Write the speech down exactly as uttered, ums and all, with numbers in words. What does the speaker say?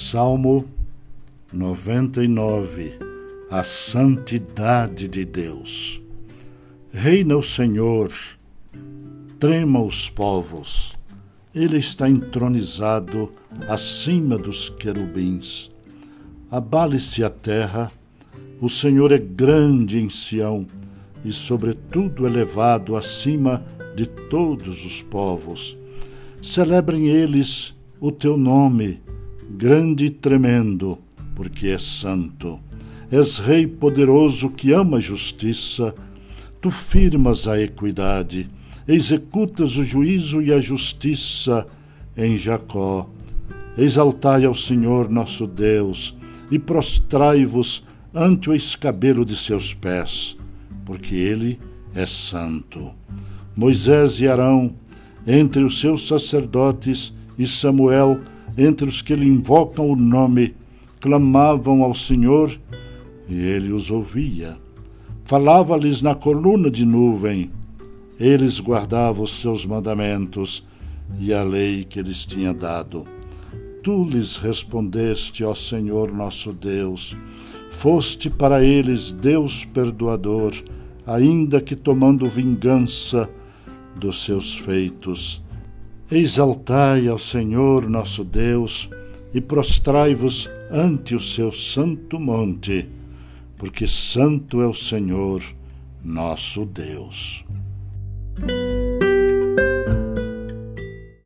Salmo noventa e nove. A santidade de Deus. Reina o Senhor, trema os povos. Ele está entronizado acima dos querubins. Abale-se a terra, o Senhor é grande em Sião e sobretudo elevado acima de todos os povos. Celebrem eles o teu nome, grande e tremendo, porque és santo. És Rei poderoso que ama a justiça. Tu firmas a equidade, executas o juízo e a justiça em Jacó. Exaltai ao Senhor nosso Deus e prostrai-vos ante o escabelo de seus pés, porque ele é santo. Moisés e Arão, entre os seus sacerdotes, e Samuel, entre os que lhe invocam o nome, clamavam ao Senhor, e ele os ouvia. Falava-lhes na coluna de nuvem. Eles guardavam os seus mandamentos e a lei que lhes tinha dado. Tu lhes respondeste, ó Senhor nosso Deus. Foste para eles Deus perdoador, ainda que tomando vingança dos seus feitos. Exaltai ao Senhor nosso Deus e prostrai-vos ante o seu santo monte, porque santo é o Senhor nosso Deus.